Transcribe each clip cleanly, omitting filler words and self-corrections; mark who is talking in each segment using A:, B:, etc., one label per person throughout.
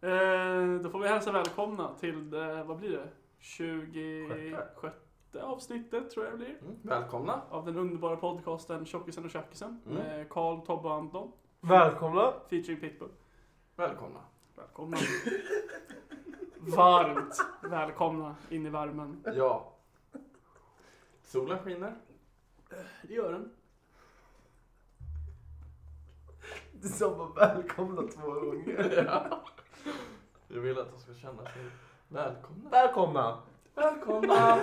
A: Då får vi hälsa välkomna till det, vad blir det? 26 avsnittet tror jag det blir.
B: Välkomna.
A: Av den underbara podcasten Tjockisen och Tjackisen. Med Karl, Tobbe och Anton.
C: Välkomna.
A: Featuring Pitbull.
B: Välkomna.
A: Välkomna. Varmt välkomna in i värmen.
B: Ja. Solen skiner.
A: Det gör den.
C: Du sa bara välkomna 2 gånger.
B: Ja. Jag vill att de ska känna sig välkomna.
C: Välkomna.
B: Välkomna.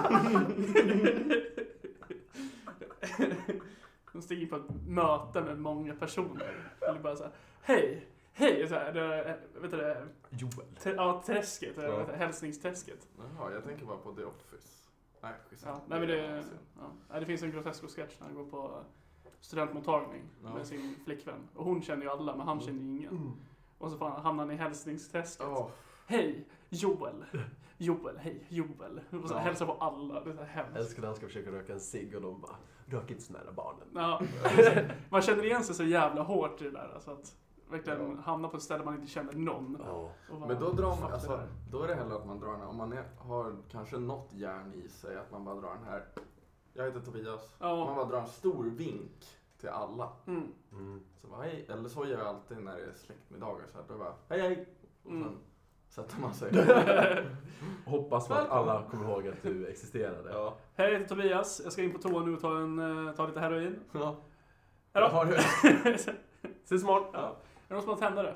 A: De stiger på ett möte med många personer. Eller bara så här, hej. Hej, så här, vet du det?
C: Joel.
A: Träsket,
C: Ja.
A: Hälsningsträsket.
B: Jaha, jag tänker bara på The Office. Nej,
A: Ja, nej, men det finns en Grotesco-sketch när han går på studentmottagning med sin flickvän. Och hon känner ju alla, men han känner ju ingen. Och så hamnar han i hälsningsträsket. Hej, Joel. Joel, hej, Joel. Och så hälsar på alla. Det är så hemskt.
C: Jag älskar när han ska försöka röka en cigg och de bara, rök inte så nära barnen.
A: Ja, man känner igen sig så jävla hårt i det där. Alltså att verkligen hamna på ett ställe man inte känner någon.
B: Men då drar man, alltså, då är det hellre att man drar den här, om man har kanske något järn i sig, att man bara drar den här. Jag heter Tobias. Man bara drar en stor vink till alla. Så bara, hej, eller så gör jag alltid när det är släktmiddagar så här, då bara, hej hej. Och sen sätter man sig.
C: Hoppas på att alla kommer ihåg att du existerade.
B: Ja.
A: Hej, jag heter Tobias. Jag ska in på toa nu och ta lite heroin.
B: Ja.
A: Hejdå.
B: Har du?
C: Ses imorgon.
A: Ja. Är det någon som har tändare?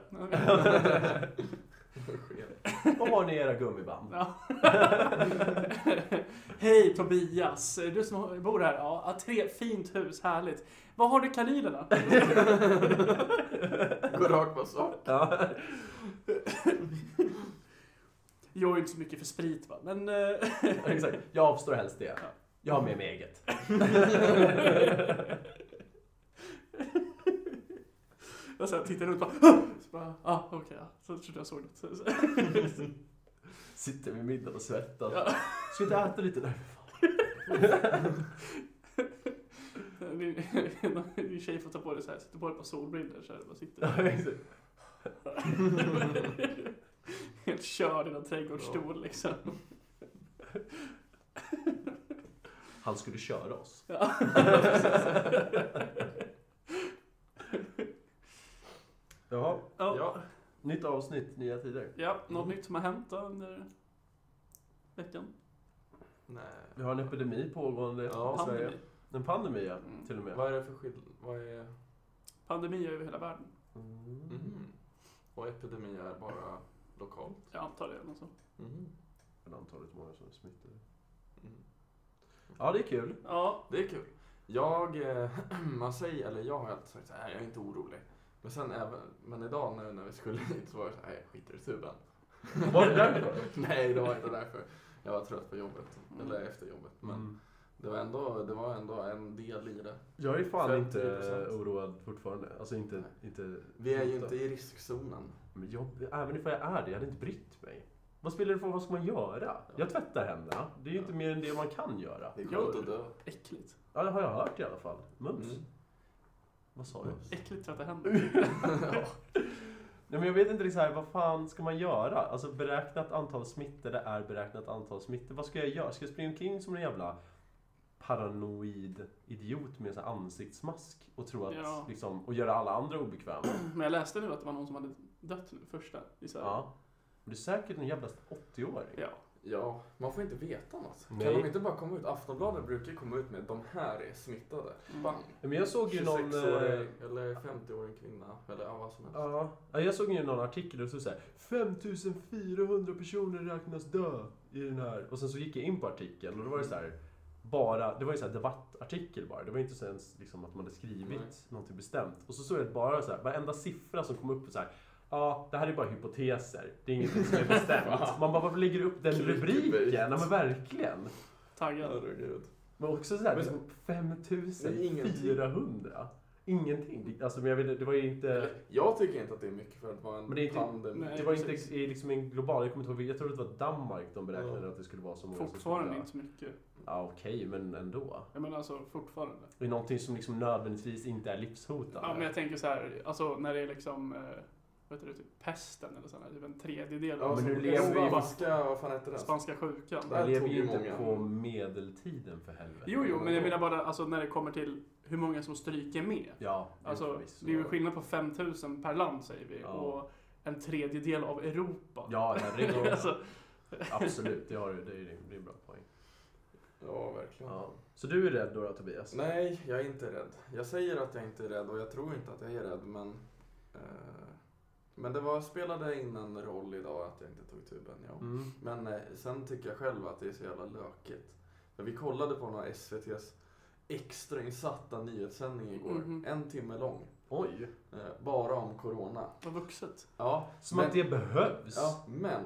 C: Vad har ni i era gummiband?
A: Ja. Hej Tobias, du som bor här. Ja, fint hus, härligt. Vad har du i kaninerna?
B: Går rakt på sak.
C: Ja.
A: Jag är inte så mycket för sprit, va? Men
C: Exakt. Jag avstår helst det. Jag har med mig eget.
A: Jag så tittar runt och bara, okej. Så trodde jag såg det.
C: Sitter vid middag och svettas.
A: Ja.
C: Ska inte äta lite där?
A: Din tjej får ta på dig så här, sitter på dig på solbrillor så här, bara sitter.
C: Ja, exakt.
A: Helt körd i en trädgårdsstol liksom.
C: Han skulle köra oss.
A: Ja.
C: Jaha.
A: Ja.
C: Nytt avsnitt, nya tider.
A: Ja, något nytt som har hänt då under veckan?
B: Nej.
C: Vi har en epidemi pågående i Sverige.
A: Pandemi.
C: En pandemi, ja, till och med.
B: Vad är det för skillnad? Vad är...
A: Pandemi över hela världen.
B: Och epidemi är bara lokalt?
A: Jag antar det. Alltså.
C: Men antalet många som är smittade. Ja, det är kul.
A: Ja.
B: Det är kul. Jag har alltid sagt så här, jag är inte orolig. Men idag när vi skulle hit så var det så här, jag skiter i tuben.
C: Var det därför?
B: Nej, det var inte därför. Jag var trött på jobbet. Eller efter jobbet. Men det var ändå en del i det.
C: Jag är fan
B: 50%.
C: inte oroad fortfarande. Alltså inte
B: Vi är ju inte i riskzonen.
C: Men även ifall jag är det, jag hade inte brytt mig. Vad spelar det för, vad ska man göra? Jag tvättar händerna. Det är ju inte mer än det man kan göra.
B: Det är skönt att dö.
A: Äckligt.
C: Ja, det har jag hört i alla fall. Mums. Vad sa du?
A: Äckligt tvätta händer.
C: Nej, men jag vet inte liksom här, vad fan ska man göra? Alltså beräknat antal smittade är beräknat antal smittade. Vad ska jag göra? Ska jag springa omkring som en jävla paranoid idiot med en sån här ansiktsmask och tro att liksom, och göra alla andra obekväma? Men
A: jag läste nu att det var någon som hade dött nu, första i Sverige.
C: Ja. Det är säkert en jävla 80-åring.
B: Ja, man får inte veta något.
C: Nej.
B: Kan de inte bara komma ut? Aftonbladet brukar komma ut med de här är smittade. Bang.
C: Men jag såg ju någon...
B: 26-årig eller 50-årig kvinna. Eller vad som helst.
C: Ja, jag såg ju någon artikel och så såhär 5400 personer räknas dö i den här. Och sen så gick jag in på artikeln och då var det så här det var ju så här debattartikel bara. Det var inte så ens liksom att man hade skrivit någonting bestämt. Och så såg jag bara så här, varenda siffra som kom upp så här. Ja, det här är bara hypoteser. Det är ingenting som är bestämt. Man bara, varför lägger upp den rubriken? Ja, men verkligen.
A: Taggad.
C: Men också såhär, liksom 5400. Ingenting. Alltså, men jag vet, det var ju inte...
B: Jag tycker inte att det är mycket för att vara en pandemi.
C: Det var inte liksom en global... Jag tror det var Danmark de beräknade att det skulle vara så många.
A: Fortfarande inte så mycket.
C: Ja, okej, men ändå.
A: Jag menar alltså fortfarande.
C: Det är någonting som liksom nödvändigtvis inte är livshotande.
A: Ja, men jag tänker så här, alltså när det är liksom vet du, typ pesten eller sånt där, typ en tredjedel.
C: Ja, men nu lever vi
B: vad fan heter det?
A: Spanska sjukan.
C: Det lever ju inte på medeltiden för helvete.
A: Jo, men jag menar bara alltså, när det kommer till hur många som stryker med.
C: Ja,
A: alltså, det är ju skillnad på 5000 per land säger vi. Ja. Och en tredjedel av Europa.
C: Ja, alltså. Absolut, det är en bra poäng.
B: Ja, verkligen. Ja.
C: Så du är rädd då, Tobias?
B: Nej, jag är inte rädd. Jag säger att jag inte är rädd och jag tror inte att jag är rädd, men det spelade in en roll idag att jag inte tog tuben. Ja. Men sen tycker jag själv att det är så jävla lökigt. För vi kollade på några SVT:s extrainsatta nyhetssändning igår. 1 timme lång.
C: Oj.
B: Bara om corona.
A: Vad vuxet.
B: Ja.
C: Som att det behövs.
B: Ja, men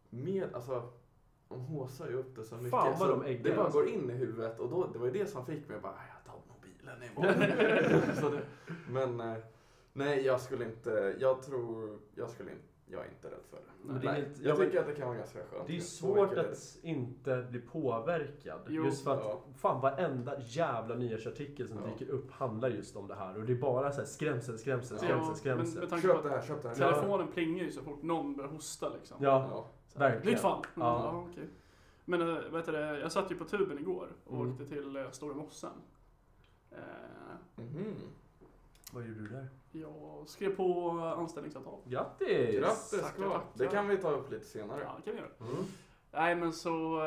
B: de håsar ju upp det så mycket.
C: Fan vad
B: så det bara går in i huvudet. Och då, det var ju det som fick mig bara, jag tar mobilen imorgon. Nej, jag är inte rädd för det. Jag tycker att det kan vara ganska skönt.
C: Det är svårt att inte bli påverkad. Just för att fan varenda jävla nyhetsartikel som dyker upp handlar just om det här. Och det är bara så här skrämsel.
B: Köp det här.
A: Telefonen plingar ju så fort någon börjar hosta liksom.
C: Ja. Verkligen.
A: Nytt fall. Ja, okej. Men jag satt ju på tuben igår och åkte till Stora Mossen.
C: Vad gjorde du där?
A: Jag skrev på anställningsavtal.
C: Grattis!
B: Tack. Det kan vi ta upp lite senare.
A: Ja, det kan vi göra. Nej, men så...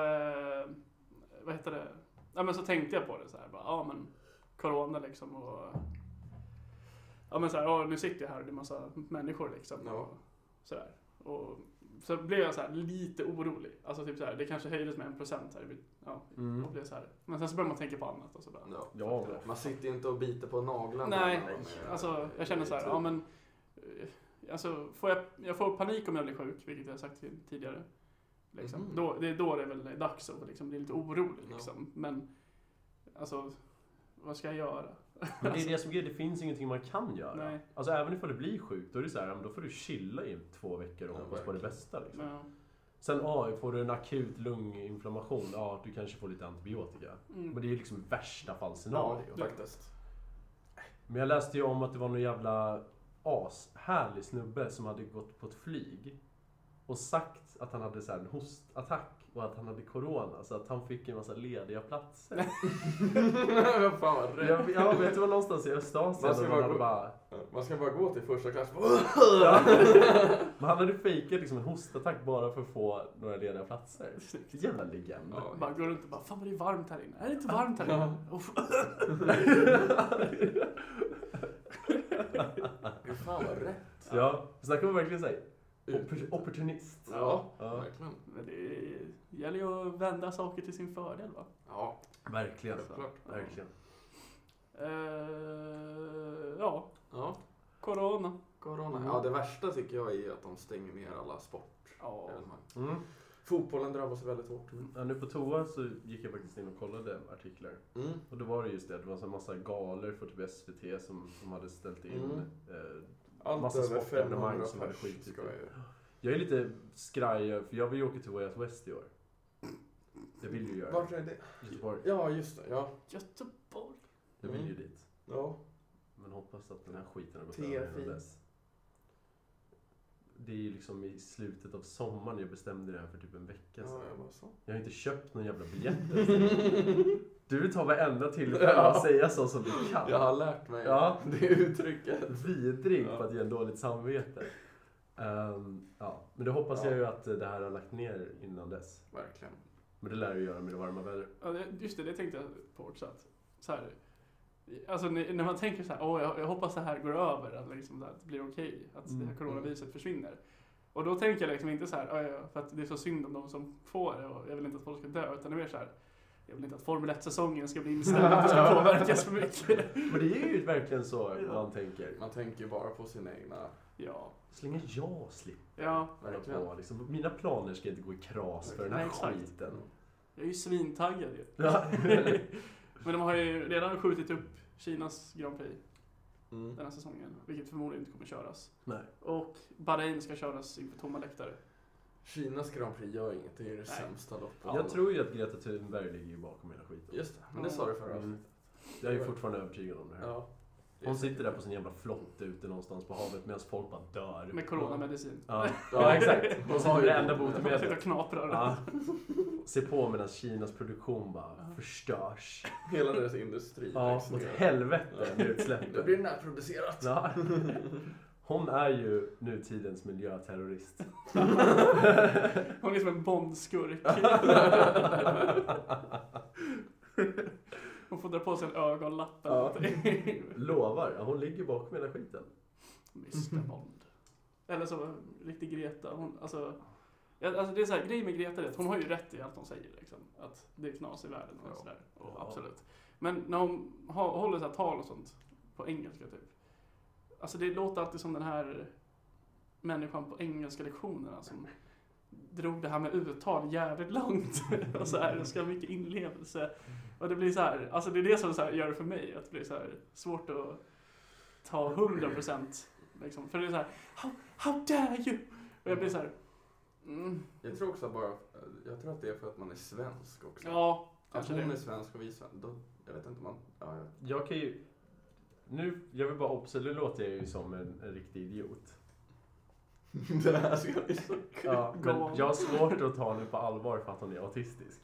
A: Nej, men så tänkte jag på det så här. Bara, men corona liksom och... Ja, men så här, nu sitter jag här och det är en massa människor liksom. Ja. Och sådär. Och så blev jag så här lite orolig. Alltså typ så här, det kanske höjdes med 1% här. Ja, och blev så här. Men sen så börjar man tänka på annat och så bara.
B: Ja. Man sitter ju inte och biter på naglarna.
A: Nej, alltså jag känner så här, alltså jag får panik om jag blir sjuk, vilket jag har sagt tidigare. Liksom. Det är då det är väl dags att liksom bli lite orolig liksom. Men alltså vad ska jag göra?
C: Men det är det som är, det finns ingenting man kan göra. Nej. Alltså även ifall det blir sjukt, då är det så här, då får du chilla i 2 veckor och hoppas på det bästa liksom. Ja. Sen får du en akut lunginflammation, du kanske får lite antibiotika. Men det är ju liksom värsta fallscenario.
B: Ja, faktiskt.
C: Men jag läste ju om att det var någon jävla härlig snubbe som hade gått på ett flyg och sagt att han hade så här en hostattack och att han hade corona, så att han fick en massa lediga platser.
B: Fan vad rätt.
C: Jag vet, det var någonstans i Östasien.
B: Man ska bara gå till första klass.
C: Men han hade fejkat liksom en hostattack bara för att få några lediga platser. Jävla legend.
A: Ja, bara går runt och bara, fan vad det är varmt här inne. Är det inte varmt här inne?
B: Fan vad rätt.
C: Ja, snackar man verkligen säga. Opportunist.
B: Ja, verkligen.
A: Men det gäller ju att vända saker till sin fördel, va?
B: Ja,
C: verkligen. Verkligen.
A: Ja. Corona.
B: Ja, det värsta tycker jag är att de stänger ner alla sportevenemang. Fotbollen drabbas väldigt hårt.
C: Ja, nu på toa så gick jag faktiskt in och kollade artiklar. Och då var det just det var en massa galor för typ SVT som hade ställt in massa sportevenemang som hade skitit. Jag är lite skraj, för jag vill ju åka till Way Out West i år. Jag vill ju göra.
B: Vart är det?
C: Göteborg.
B: Ja, just det. Ja.
A: Göteborg.
C: Jag vill ju dit.
B: Ja.
C: Men hoppas att den här skiten har gått över dess. Det är ju liksom i slutet av sommaren jag bestämde det här för typ en vecka sedan. Jag har inte köpt någon jävla biljett. Du vill ta varenda tillfälle och säga så som du kan.
B: Jag har lärt mig det uttrycket.
C: Vidrig på att ge en dåligt samvete. Men det hoppas jag ju att det här har lagt ner innan dess.
B: Verkligen.
C: Men det lär ju göra med det varma vädret.
A: Ja, just det tänkte jag på också. Så här, alltså när man tänker så här, jag hoppas det här går över, att, liksom, att det blir okej, att det här coronaviruset försvinner. Och då tänker jag liksom inte så här, för att det är så synd om de som får det och jag vill inte att folk ska dö, utan det är mer så här, jag vill inte att Formel 1-säsongen ska bli inställd, att det ska påverkas för mycket.
C: Men det är ju verkligen så man tänker.
B: Man tänker ju bara på sina egna.
A: Ja.
C: Så länge jag slipper.
A: Ja,
C: verkligen. Liksom, mina planer ska inte gå i kras för den här skiten.
A: Jag är ju svintaggad ju. Men de har ju redan skjutit upp Kinas Grand Prix den här säsongen, vilket förmodligen inte kommer köras.
C: Nej.
A: Och Bahrain ska köras inför tomma läktare.
B: Kinas Grand Prix gör inget, det är det sämsta loppet.
C: Jag tror ju att Greta Thunberg ligger bakom hela skiten.
B: Just det, men det sa du förra avsnittet.
C: Jag är ju fortfarande övertygad om det här.
B: Ja.
C: Hon sitter där på sin jävla flott ute någonstans på havet medan folk bara dör.
A: Med coronamedicin.
C: Ja, exakt. Hon har ju det enda botemedlet.
A: Sitter och knaprar.
C: Ja. Se på medan Kinas produktion bara förstörs.
B: Hela deras industri.
C: Ja, åt helvete med utsläpp.
B: Det blir närproducerat.
C: Ja. Hon är ju nutidens miljöterrorist.
A: Hon är som en bondskurk. Hon får dra på sig en ögonlapp.
C: Lovar, hon ligger bakom hela skiten.
A: Mr. Bond. Eller så riktigt Greta. Hon, alltså det är så här, grej med Greta är att hon har ju rätt i allt hon säger. Liksom, att det är knas i världen och sådär. Absolut. Men när hon håller så här tal och sånt på engelska typ. Alltså det låter alltid som den här människan på engelska lektionerna som drog det här med uttal jävligt långt. Och så här, det ska mycket inlevelse. Och det blir så här, alltså det är det som så här gör det för mig. Att det blir så här svårt att ta 100%. Liksom. För det är så här, how dare you? Och jag blir så här,
B: Jag tror också jag tror att det är för att man är svensk också.
A: Ja,
B: att hon är svensk och vi svensk. Jag vet inte
C: Jag kan ju, jag vill bara observera, nu låter jag ju som en riktig idiot.
B: Det här ska bli så kul.
C: Ja, men jag har svårt att ta henne på allvar för att hon är autistisk.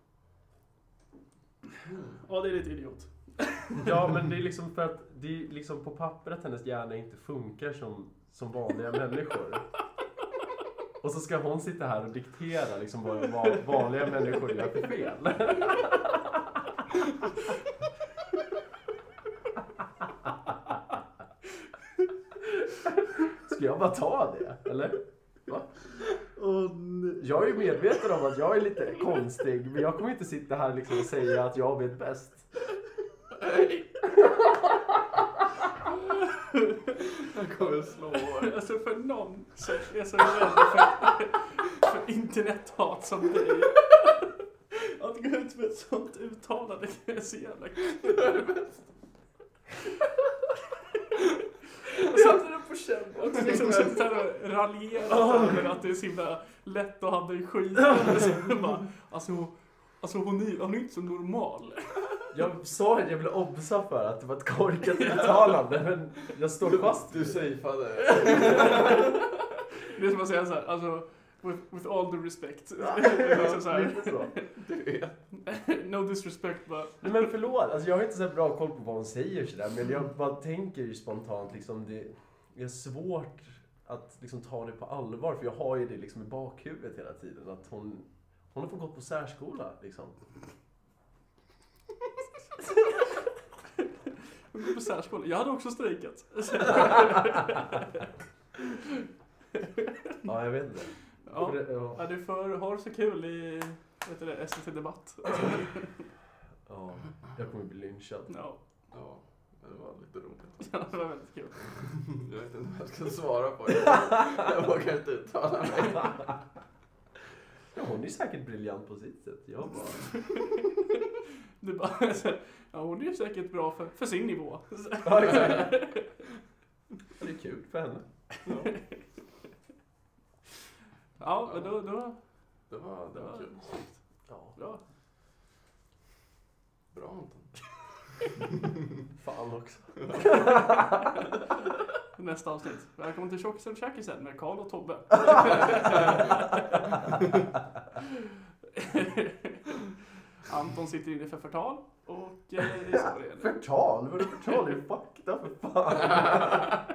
A: Ja, det är lite idiot.
C: Ja, men det är liksom för att det är liksom på pappret hennes hjärna inte funkar som vanliga människor. Och så ska hon sitta här och diktera liksom vad vanliga människor gör för fel. Ska jag bara ta det, eller? Va? Jag är ju medveten om att jag är lite konstig, men jag kommer inte sitta här liksom och säga att jag vet bäst.
B: Jag kommer slå.
A: Alltså för någon som är så rädd för internethat som dig. Att gå ut med ett sånt uttalande är så jävla kul. Och sätter det på känn. Och liksom sitter här och raljerar över att det är så himla lätt att hamna i skit. Alltså hon är inte så normal.
C: Jag sa att jag ville obsa för att det var ett korkat uttalande, men jag står fast.
B: Du safeade.
A: Det är som att säga så här, alltså with all the respect. Så här,
B: Du vet.
A: No disrespect, but...
C: Men förlåt, alltså jag har inte så bra koll på vad hon säger sådär, men jag bara tänker ju spontant liksom, det är svårt att liksom ta det på allvar, för jag har ju det liksom i bakhuvudet hela tiden, att hon har fått gå på särskola liksom.
A: Hon går på särskola. Jag hade också strejkat.
C: Ja, jag vet inte.
A: Ja, du har så kul i SVT Debatt.
C: Ja, jag kommer bli lynchad.
A: Ja,
B: det var lite roligt.
A: Ja, det var väldigt kul.
B: Jag vet inte vad jag ska svara på. Jag vågar inte uttala mig.
C: Ja, hon är säkert briljant på sitt sätt. Jag bara...
A: Du bara, ja, hon är ju säkert bra för sin nivå.
C: Ja, exakt. Det är kul för henne.
A: Ja, men då...
B: Det var kul.
C: Ja.
A: Bra.
B: Bra, Anton.
C: Fan också.
A: Nästa avsnitt. Välkommen till Tjockisen Tjackisen med Karl och Tobbe. Anton sitter inne för förtal och så är det.
C: Förtal? Vad är förtal? Det är fakta för fan.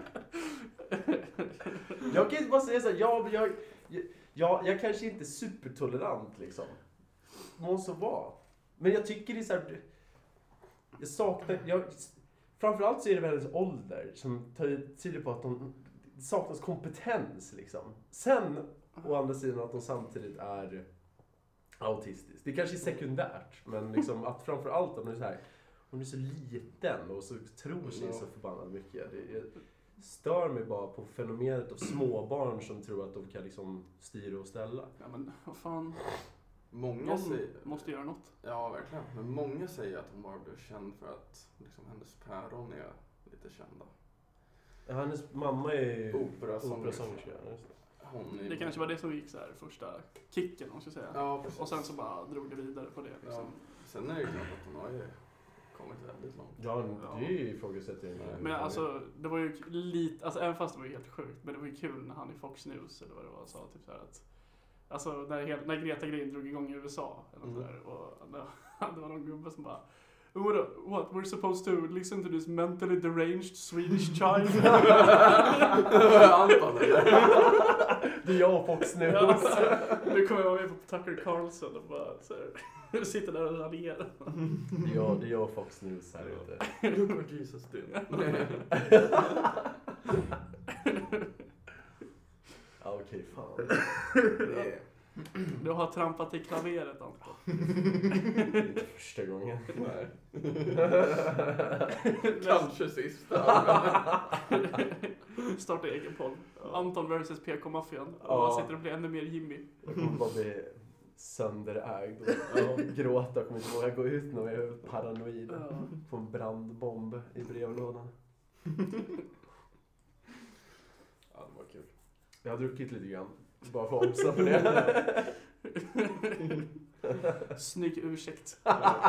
C: Jag kan inte bara säga så här, jag kanske inte är supertolerant liksom. Måste vara. Men jag tycker det är så här, jag saknar, framförallt så är det väl hennes ålder som tyder på att det saknas kompetens liksom. Sen å andra sidan att de samtidigt är autistisk. Det kanske är sekundärt, men liksom att framförallt att hon är så liten och så tror sig så förbannat mycket. Det stör mig bara på fenomenet av småbarn som tror att de kan liksom styra och ställa.
A: Ja, men vad fan.
B: Många
A: måste göra något.
B: Ja, verkligen. Men många säger att hon bara blev känd för att liksom, hennes päron är lite kända.
C: Ja, hennes mamma är
B: operasångerska.
A: Det kanske var det som gick så här första kicken, om jag ska säga.
B: Ja, precis.
A: Och sen så bara drog det vidare på det. Liksom.
B: Ja. Sen är det klart att hon har ju kommit väldigt långt.
C: Ja, det ifrågasätter jag inte.
A: Men alltså, det var ju lite, alltså även fast det var helt sjukt, men det var ju kul när han i Fox News eller vad det var sa typ så här att alltså när Greta-grejen drog igång i USA eller något där, och det var någon gubbe som bara What? We're supposed to listen to this mentally deranged Swedish child?
B: Anton eller?
C: Det är jag och Fox News.
A: Nu kommer jag med på Tucker Carlson och bara så här, sitter där och raljerar.
C: Ja, det är jag och Fox News här ute.
B: Look what Jesus did.
C: Ja, okej, fan.
A: Du har trampat i klaveret, Anton.
C: Inte första gången.
B: Nej. Kanske sista.
A: Starta egen podd. Anton versus PK-maffian. Man sitter och blir ännu mer Jimmy.
C: Jag kommer bara bli sönderägd och gråta. Jag kommer inte våga gå ut när jag är paranoid. Få en brandbomb i brevlådan.
B: Ja, det var kul.
C: Jag har druckit lite grann. Bara för att obsa på det.
A: Snygg ursäkt.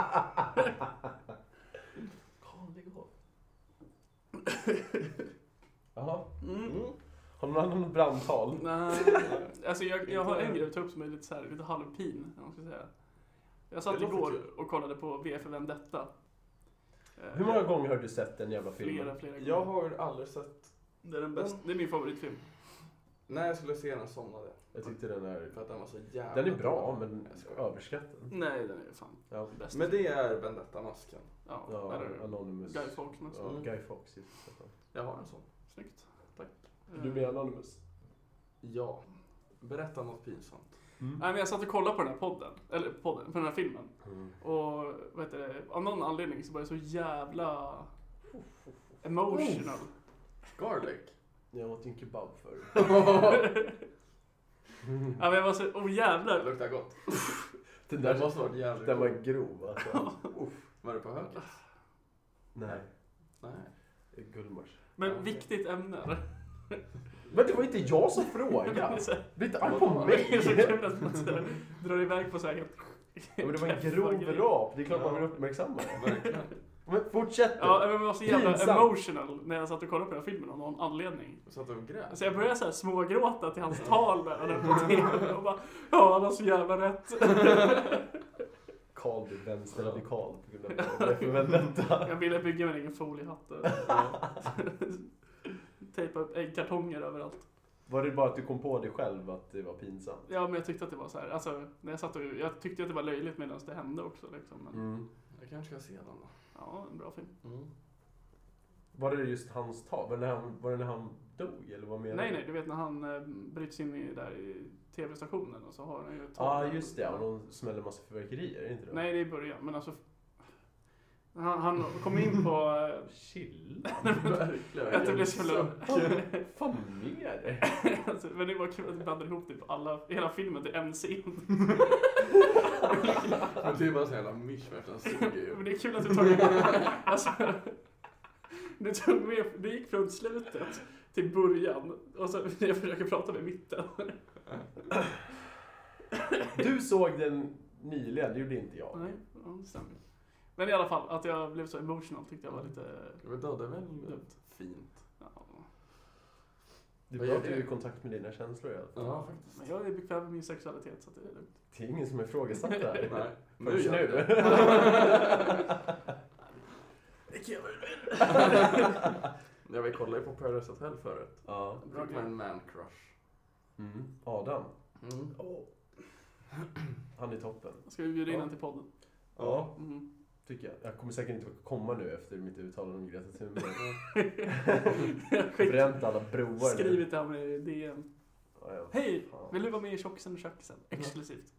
C: Jaha. Har någon annan brandtal?
A: Nej. Alltså jag har en grej att ta upp som är lite halvpin. Jag ska säga. Jag satt igår och kollade på V för Vendetta.
C: Hur många gånger har du sett den jävla filmen?
A: Flera gånger.
B: Jag har aldrig sett.
A: Det är den bästa. Det är min favoritfilm.
B: När jag skulle se den somnade.
C: Jag tyckte den är...
B: För att den var så jävla...
C: Den är bra, men överskattad.
A: Nej, den är fan bäst.
B: Men det är Vendetta-masken.
A: Ja, eller
C: Anonymous.
A: Guy Fawkes.
C: Ja, Guy Fawkes.
B: Jag har en sån.
A: Snyggt. Tack.
C: Är du med Anonymous?
B: Ja. Berätta något pinsamt.
A: Nej, men jag satt och kollade på den här på den här filmen. Och av någon anledning så var det så jävla emotional.
B: Garlic.
C: Jag åt en kebab förr.
A: Ja, men jag var så, jävlar.
B: Det luktar gott.
C: Den där
B: måste varit jävligt.
C: Den var grov alltså.
B: Var det på höger?
C: Nej.
B: Nej.
C: Det är Gullmars.
A: Men viktigt ämne.
C: Men det var inte jag som frågade. Bli inte arg på mig.
A: Det är så kul att man drar iväg på så här helt...
C: Ja, men det var en grov rap. Det är klart man vill uppmärksamma det.
B: Verkligen.
C: Men fortsätt.
A: Ja, men jag var så jävla emotional när jag satt och kollade på den här filmen av någon anledning.
B: Så att du grät?
A: Så jag började så här smågråta till hans tal där på TV och bara, ja, han har så jävla rätt.
C: Karl blir vänsterradikal på grund av det för Vendetta.
A: Jag ville bygga min egen foliehatt. Tejpa upp äggkartonger överallt.
C: Var det bara att du kom på dig själv att det var pinsamt?
A: Ja, men jag tyckte att det var så här, alltså, när jag satt och, jag tyckte att det var löjligt medan det hände också liksom. Men...
B: Jag kanske ska se den då.
A: Ja, en bra film.
C: Var det just hans tal? Var det när han dog? Eller vad menar du?
A: Nej, du vet när han bryts in i tv-stationen och så har han ju ett tal.
C: Ja, just det. Och de smäller massa fyrverkerier, är det inte det?
A: Nej, det är i början. Men alltså, han kom in på...
C: Chill.
B: Verkligen.
A: Att det blev så
C: fan mer.
A: Alltså, men det var kul att vi blandade ihop typ hela filmen till en scen.
B: Men det är bara så jävla mischmasch, den suger ju.
A: Men det är kul att du tagit alltså, det gick från slutet till början. Och så jag försöker prata med mitten.
C: Du såg den nyligen, det gjorde inte jag.
A: Nej, det stämmer. Men i alla fall, att jag blev så emotional tyckte jag var lite...
B: Men då, det är väl fint.
A: Ja.
C: Du är bra att du är i kontakt med dina känslor i alla fall.
B: Ja, faktiskt.
A: Men jag är bekväm med min sexualitet så det är lugnt.
C: Det är ingen som är ifrågasatt där.
B: Nej.
C: Först nu.
A: Det kan jag väl.
B: Jag vill kolla på Paradise Hotel förut.
C: Ja.
B: Bra med en man crush.
C: Adam. Han är toppen.
A: Ska vi bjuda in honom till podden?
C: Ja. Tycker jag. Jag kommer säkert inte komma nu efter mitt uttalande om Greta Thunberg. Bränt alla broar.
A: Skrivit till honom i DM.
C: Ja.
A: Hej, vill du vara med i Tjockisen och Tjockisen? Exklusivt.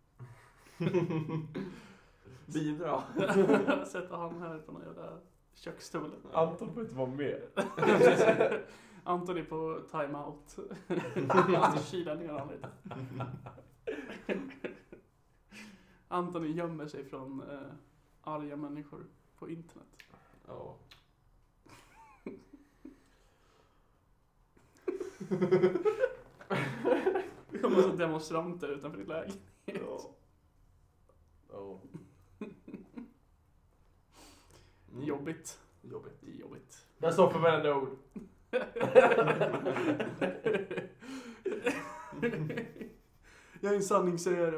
B: Bidra.
A: Sätta han här på någon jävla köksstol.
C: Anton får inte vara med.
A: Anton är på time-out. Kyla ner han lite. Anton gömmer sig från arga människor på internet.
B: Ja.
A: Det kommer massa demonstranter utanför ditt läge.
C: Ja.
A: Jobbigt.
C: Jag står för varenda ord.
A: Jag är en sanningssägare.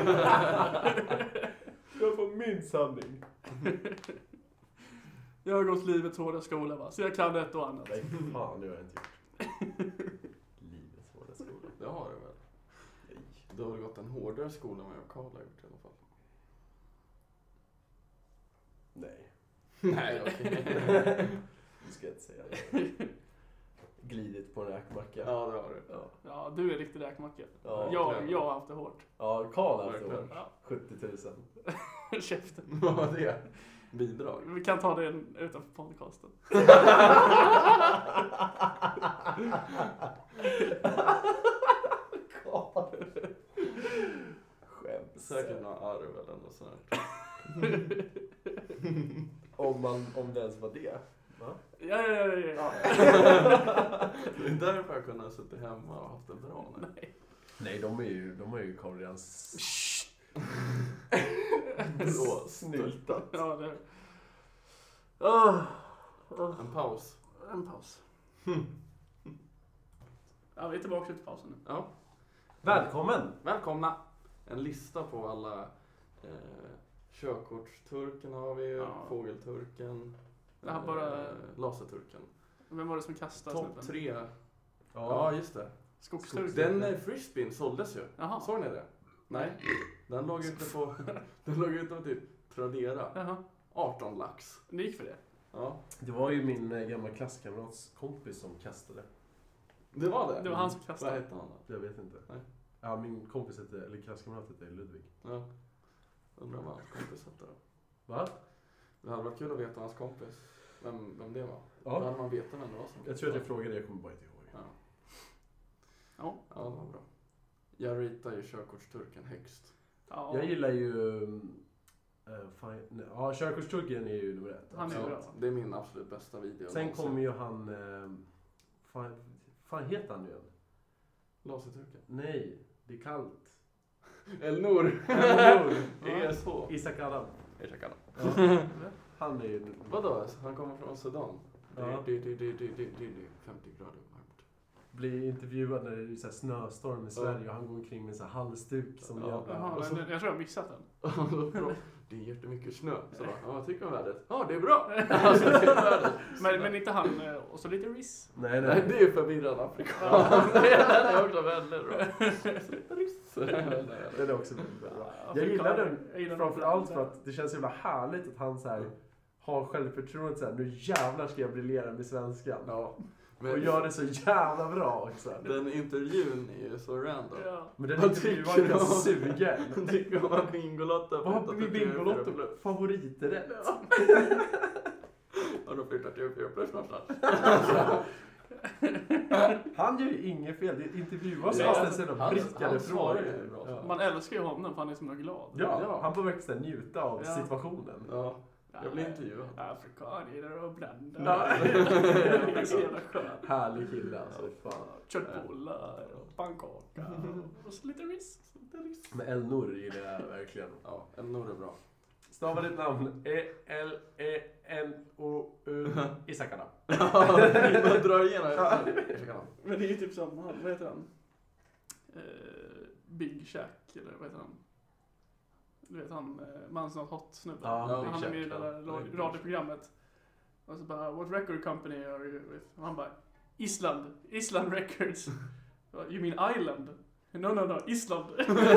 C: Jag får min sanning.
A: Jag har gått livets hårda skola, va? Så jag kan ett och annat.
C: Nej, fan, det har jag inte gjort. Livets hårda skola.
B: Det har du väl? Nej. Du har väl gått en hårdare skola än vad jag och Karl har gjort i alla fall.
C: Nej.
B: Nej, okej.
C: Du ska inte säga det. Glidit på en räkmacka.
B: Ja, det har du.
A: Ja, du är riktigt räkmacka.
C: Ja,
A: jag har haft det hårt.
C: Ja, Karl har haft det hårt.
A: Ja.
C: 70 000.
A: Käften.
B: Vad var det? Bidrag?
A: Vi kan ta det utanför podcasten.
C: Skämt.
B: Säkert några arv eller något sånt.
C: Om det ens var det. Va?
A: Ja.
B: Det är därför jag kunde ha suttit hemma och haft det bra nu.
C: Nej, de har ju Karl redan snyltat.
A: Ja, det.
B: En paus.
A: Ja, vi är tillbaka till pausen nu.
B: Ja.
C: Välkomna!
B: En lista på alla körkortsturken har vi, fågelturken, laserturken.
A: Vem var det som kastade?
B: Topp 3. Ja, just det.
A: Skogsturken.
B: Den frisbeen såldes ju.
A: Jaha.
B: Såg ni det? Nej. Den låg ute på typ Tradera.
A: Jaha.
B: 18 lax.
A: Det gick för det?
B: Ja.
C: Det var ju min gamla klasskamrats kompis som kastade.
B: Det var det?
A: Det var han som kastade.
B: Vad hette han då?
C: Jag vet inte.
B: Nej.
C: Ja, min kompis eller klasskamrat hette Ludvig.
B: Ja. Undrar vad hans kompis hette då.
C: Va?
B: Det hade varit kul att veta hans kompis. Vem det var.
C: Ja.
B: Då hade man vetat vem det var som.
C: Jag tror att jag frågade, jag kommer bara inte ihåg.
A: Ja,
B: det var bra. Jag ritar ju körkortsturken högst.
A: Ja.
C: Jag gillar ju... körkortsturken är ju nummer 1.
A: Han är bra.
B: Det är min absolut bästa video.
C: Sen kommer ju han... fan heter han nu igen?
B: Laserturken.
C: Nej, det är kallt.
B: Elnor.
C: ESH. Isak Adam. Ja. Han är ju...
B: Vadå? Han kommer från Sudan.
C: Ja.
B: Det är 50 grader varmt.
C: Blir intervjuad när det är så här snöstorm i Sverige och han går omkring med en så här halsduk som
A: Jaha, jag tror jag har missat den.
B: Det är jättemycket snö. Så vad tycker du om vädret? Ja, det är bra. Alltså, det är vädret.
A: Men inte han, och så lite riss.
C: Nej,
B: det är förvirrad afrikan. Den är också väldigt bra. Riss. Den
C: är också väldigt bra. Jag gillar den framförallt för att det känns så jävla härligt att han så här har självförtroende så här, nu jävlar ska jag briljera med svenskan.
B: Ja.
C: Och gör det så jävla bra också.
B: Den intervjun är ju så random.
A: Ja.
C: Men den intervjun kan suga.
B: Vad tycker du om Bingolotto?
C: Vad har vi Bingolotto? Favoriträtt?
B: Ja. Har du flyttat till 4 plus någonstans?
C: Han gör ju inget fel. Det intervjuas nästan och prickade frågor.
A: Man älskar ju honom för han är så glad.
C: Ja, han får verkligen njuta av situationen.
B: Ja. Jag blir intervjuad.
A: Afrikaner och bländare. Det är så jävla skönt.
C: Härlig kille alltså. Fan.
A: Köttbullar och pannkaka och så lite riss.
C: Men Elnor gillar jag verkligen.
B: Ja, Elnor är bra.
C: Stava ditt namn. E-L-E-N-O-U Isakana.
B: Man drar igenom.
A: Men det är ju typ som, vad heter han? Big Shack, eller vad heter han? Du vet han, Manson of Hot snubben.
C: Ja,
A: han är med i det där radioprogrammet. Och så bara, what record company are you with? Och han bara, Island Records. You mean Island? No, Island.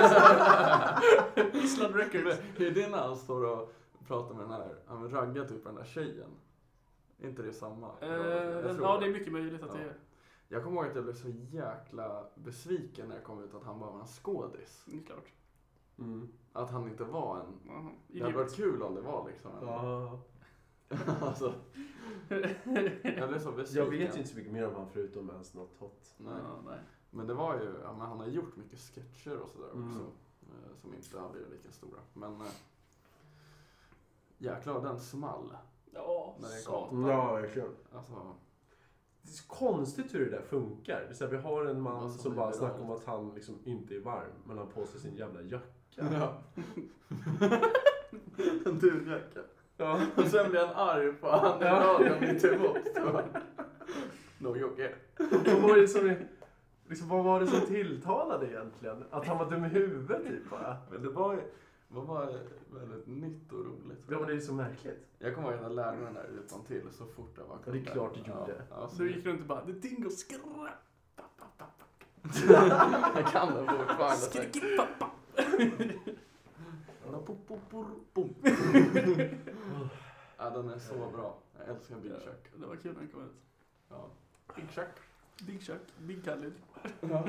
A: Island Records.
B: Är det när han står och pratar med den här, han raggar typ den där tjejen? Är inte det samma?
A: Det är mycket möjligt att det är.
B: Jag kommer ihåg att jag blev så jäkla besviken när jag kom ut att han bara var en skådis.
A: Det är klart.
B: Mm. Att han inte var en... Det hade varit kul om det var liksom en...
C: Ja.
B: Alltså, jag blev så besviken.
C: Jag vet ju inte så mycket mer om han förutom Man's Not Hot.
B: Nej. Men det var ju... Ja, men han har gjort mycket sketcher och sådär också. Som inte har blivit lika stora. Men... jäklar, den small.
A: Ja,
B: när den
A: kom.
C: Ja, verkligen.
B: Alltså...
C: Det är så konstigt hur det där funkar. Det är så här, vi har en man som bara snackar om att han liksom inte är varm. Men han på sig sin jävla jacka.
B: Ja. En dunjacka. Ja. Och sen blir han arg på han i radion mitt emot. Jocke.
C: Vad var det som tilltalade egentligen? Att han var dum i huvudet typ bara?
B: Men det var väldigt nytt och roligt.
C: Ja, men det är så märkligt.
B: Jag kommer ihåg att jag lärde mig den där utan till så fort jag var.
C: Ja, det är klart du gjorde.
A: Ja, du gick runt och bara, det dingo skrrra.
B: Jag kan den fortfarande.
A: Skrikipappa.
B: Ja, den är så bra. Jag älskar Big Chuck.
A: Det var kul när den kom ut.
B: Ja. Big Chuck.
A: Big Chuck. Big Khalid.
B: Ja.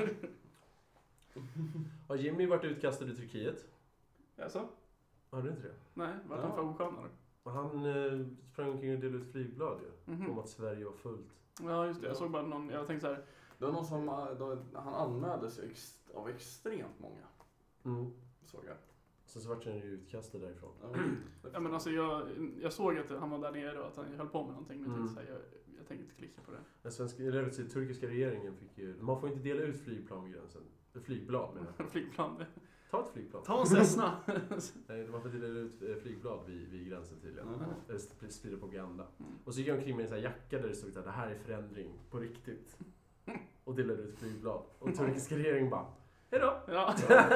C: Har Jimmy varit utkastad i Turkiet?
A: Jaså?
C: Har du inte det?
A: Nej, vart han för oskönare?
C: Han sprang omkring och delade ut flygblad ju. Om att Sverige var fullt.
A: Ja, just det. Jag såg bara någon, jag tänkte så här.
B: Det var någon som, han anmälde sig av extremt många. Såg jag.
C: Så vart han ju utkastad därifrån.
A: Ja, men alltså jag såg att han var där nere och att han höll på med någonting. Men jag tänkte inte klicka på det.
C: Den turkiska regeringen fick ju, man får inte dela ut flygplan vid gränsen. Flygblad menar jag.
A: Flygplan.
C: Ta ett flygplan.
A: Ta en Cessna.
C: Nej, man får dela ut flygblad vid gränsen tydligen. Sprida propaganda. Och så gick jag omkring med en sån här jacka där det stod att det här är förändring på riktigt. Och delade ut flygblad. Och turkiska regeringen bara, hejdå!
A: Ja.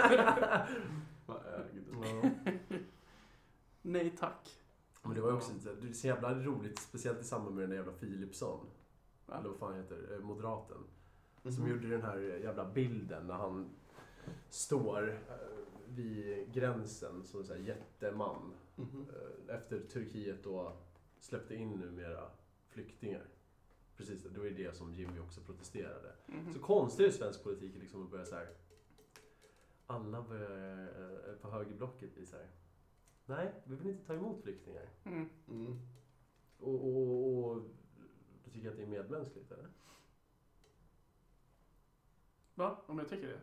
C: Ja.
A: Nej tack.
C: Men det var också det är så jävla roligt, speciellt i samband med den där jävla Philipsson. Eller vad fan heter moderaten. Som gjorde den här jävla bilden när han står vid gränsen som en sån här jätteman. Efter Turkiet då släppte in numera flyktingar. Precis, det var det som Jimmy också protesterade. Så konstigt är svensk politik liksom att börja så här. Alla börjar på högerblocket bli så här. Nej, vi vill inte ta emot flyktingar. Och du tycker att det är medmänskligt, eller?
A: Va? Om jag tycker det?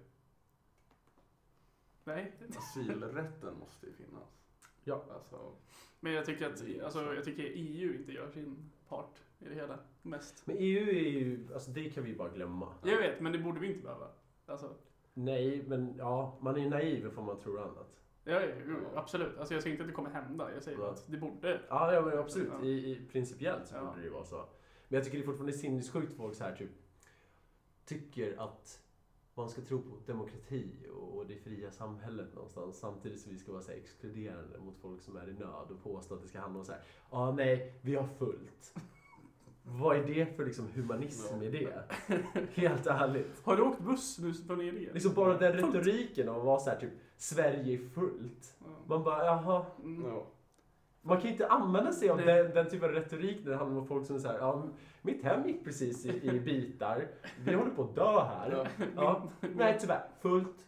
A: Nej.
B: Asylrätten måste ju finnas.
C: Ja.
B: Alltså,
A: men jag tycker att jag tycker EU inte gör sin part i det hela mest.
C: Men EU är ju, alltså det kan vi bara glömma.
A: Jag vet, men det borde vi inte behöva. Alltså.
C: Nej, men ja, man är naiv för man tror annat.
A: Ja, absolut. Alltså jag säger inte att det kommer hända. Jag säger bara att det borde.
C: Ja, men absolut. I principiellt så borde det ju vara så. Men jag tycker det är fortfarande sinnessjukt folk så här typ tycker att man ska tro på demokrati och det fria samhället någonstans. Samtidigt som vi ska vara så här exkluderande mot folk som är i nöd och påstå att det ska handla om så här. Nej, vi har fullt. Vad är det för liksom humanism i det? Helt ärligt.
A: Har du åkt buss nu från er?
C: Liksom bara den retoriken av att vara så här typ Sverige är fullt. Man bara, jaha. Man kan ju inte använda sig av den typen av retorik när det handlar om folk som är så här, mitt hem gick precis i bitar. Vi håller på att dö här. Nej, tyvärr. Fullt.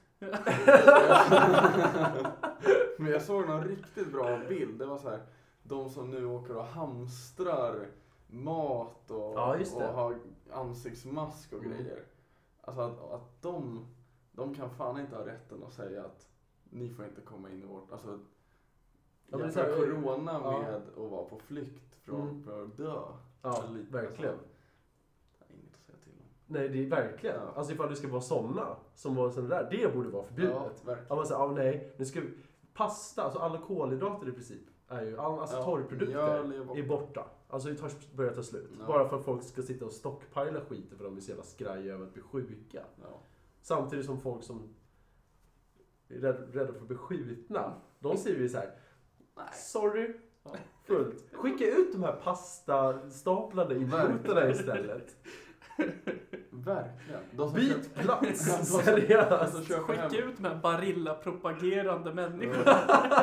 B: Men jag såg någon riktigt bra bild. Det var så här, de som nu åker och hamstrar mat och har ansiktsmask och grejer. Alltså att de kan fan inte ha rätten att säga att ni får inte komma in i vårt... Alltså, men så corona med att vara på flykt från att dö.
C: Ja, verkligen.
B: Jag har inget att säga till om.
C: Nej, det är verkligen. Alltså ifall det ska vara sådana som var sådana där, det borde vara förbjudet.
B: Ja, verkligen.
C: Man säger, nej, nu ska vi... Pasta, alltså alla kolhydrater i princip är ju, alltså torrprodukter är borta. Alltså det börjar ta slut. Bara för att folk ska sitta och stockpila skiten för de är så jävla skraja över att bli sjuka. Samtidigt som folk som är rädda för att bli skjutna, de säger ju så här: sorry, fullt. Skicka ut de här pastastaplade idioterna istället.
B: Verkligen.
C: Byt plats. Seriöst.
A: Skicka ut de här Barilla-propagerande människorna.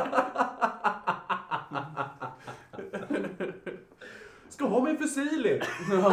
C: Ska ha min fusil.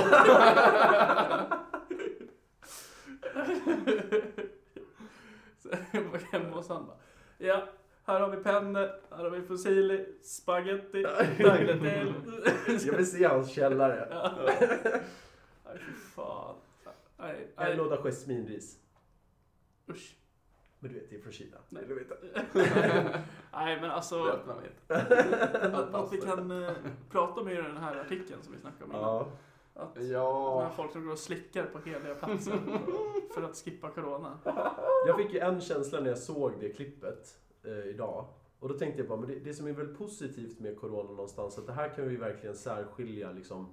A: Så jag var hemma hos han bara, ja, här har vi pennor, här har vi fusilli, spaghetti, tagliatelle.
C: Jag vill se hans källare.
A: Nej, fy fan.
C: En låda jasminris.
A: Usch.
C: Men du vet, det är från Kina.
A: Nej, du vet inte. Nej, men alltså... Något vi kan prata om i den här artikeln som vi snackade om innan. Att de här folk som går och slickar på heliga platser för att skippa corona.
C: Jag fick ju en känsla när jag såg det klippet idag. Och då tänkte jag bara, men det som är väldigt positivt med corona någonstans, att det här kan vi verkligen särskilja liksom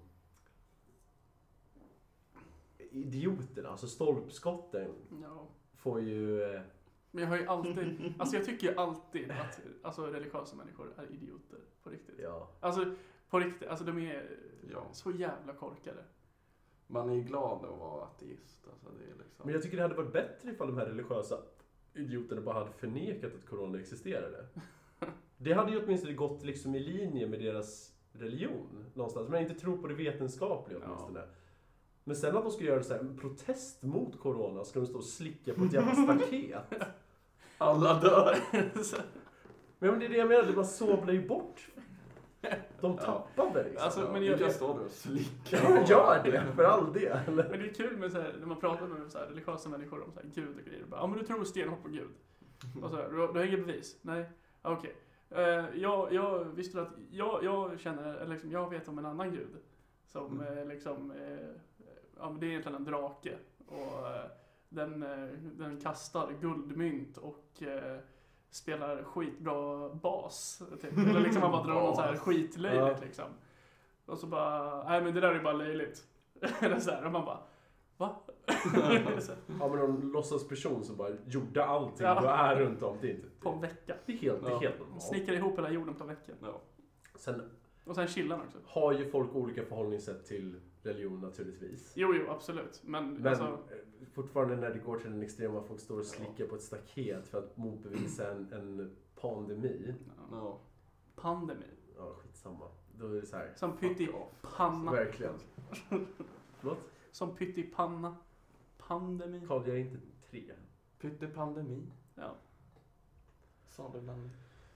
C: idioterna, alltså stolpskotten får ju...
A: Men jag har ju alltid, alltså jag tycker ju alltid att alltså, religiösa människor är idioter, på riktigt.
C: Ja.
A: Alltså, på riktigt, alltså de är så jävla korkade.
B: Man är ju glad att vara ateist. Alltså, det är liksom...
C: Men jag tycker det hade varit bättre ifall de här religiösa idioterna bara hade förnekat att corona existerade. Det hade ju åtminstone gått liksom i linje med deras religion någonstans. Men inte tror på det vetenskapliga åtminstone. Ja. Men sen att de ska göra så här, en protest mot corona, ska de stå och slicka på ett jävla staket.
B: Alla dör.
C: Men det är det jag menar, det bara soblar ju bort. De tappar väl liksom.
B: Alltså, men jag står där och slickar.
C: Ja, gör det, för all del.
A: Men det är kul med så här, när man pratar med så här, religiösa människor om så här, Gud och grejer. Ja, men du tror stenhårt på Gud. Och så här, du har inget bevis? Nej. Okej. Jag visste att jag känner, eller liksom, jag vet om en annan Gud. Som liksom, ja, men det är egentligen en drake. Och den kastar guldmynt och spelar skitbra bas. Typ. Eller liksom man bara drar något så här skitlöjligt liksom. Och så bara, nej men det där är bara löjligt. Eller så här, och man bara, va?
C: Ja, men någon låtsasperson som bara gjorde allting och är runt om. Det är inte,
A: på en vecka.
C: Det är helt normalt.
A: Snickrar ihop hela jorden på en vecka.
B: Ja.
A: Och sen chillar också.
C: Har ju folk olika förhållningssätt till religion naturligtvis.
A: Jo, absolut. Men alltså...
C: fortfarande när det går till den extrema, folk står och slickar på ett staket för att motbevisa en pandemi.
B: Ja.
A: Pandemi?
C: Ja, skitsamma. Då är det så här.
A: Som pyttipanna.
C: Verkligen. Förlåt?
A: Som pyttipanna. Pandemi.
C: Carl, jag är inte 3.
B: Pyttipandemi.
A: Ja.
B: Sa du bland...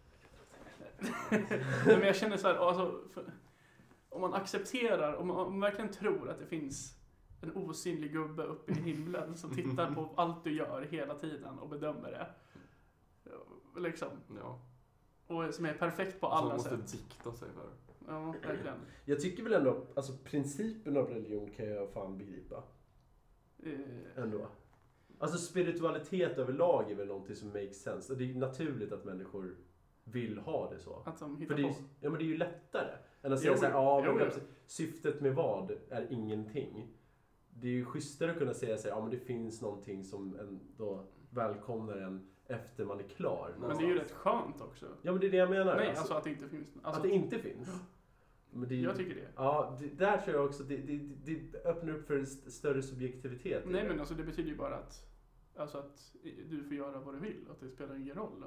A: Men jag känner så här, alltså, om man accepterar, om man verkligen tror att det finns en osynlig gubbe uppe i himlen som tittar på allt du gör hela tiden och bedömer det. Liksom.
B: Ja.
A: Och som är perfekt på alla sätt.
B: Man måste dikta sig för.
A: Ja, verkligen.
C: Jag tycker väl ändå, alltså principen av religion kan jag fan begripa. Ändå. Alltså spiritualitet överlag är väl någonting som makes sense. Och det är naturligt att människor vill ha det så.
A: Att de hittar
C: för det är,
A: på.
C: Ja, men det är ju lättare än att säga såhär, syftet med vad är ingenting. Det är ju schysstare att kunna säga såhär, men det finns någonting som ändå välkomnar en efter man är klar.
A: Men det är ju rätt skönt också.
C: Ja, men det är det jag menar.
A: Nej, alltså att det inte finns. Alltså,
C: att det inte finns. Men det,
A: jag tycker det.
C: Ja, där tror jag också det öppnar upp för större subjektivitet.
A: Nej, men alltså det betyder ju bara att du får göra vad du vill. Att det spelar ingen roll.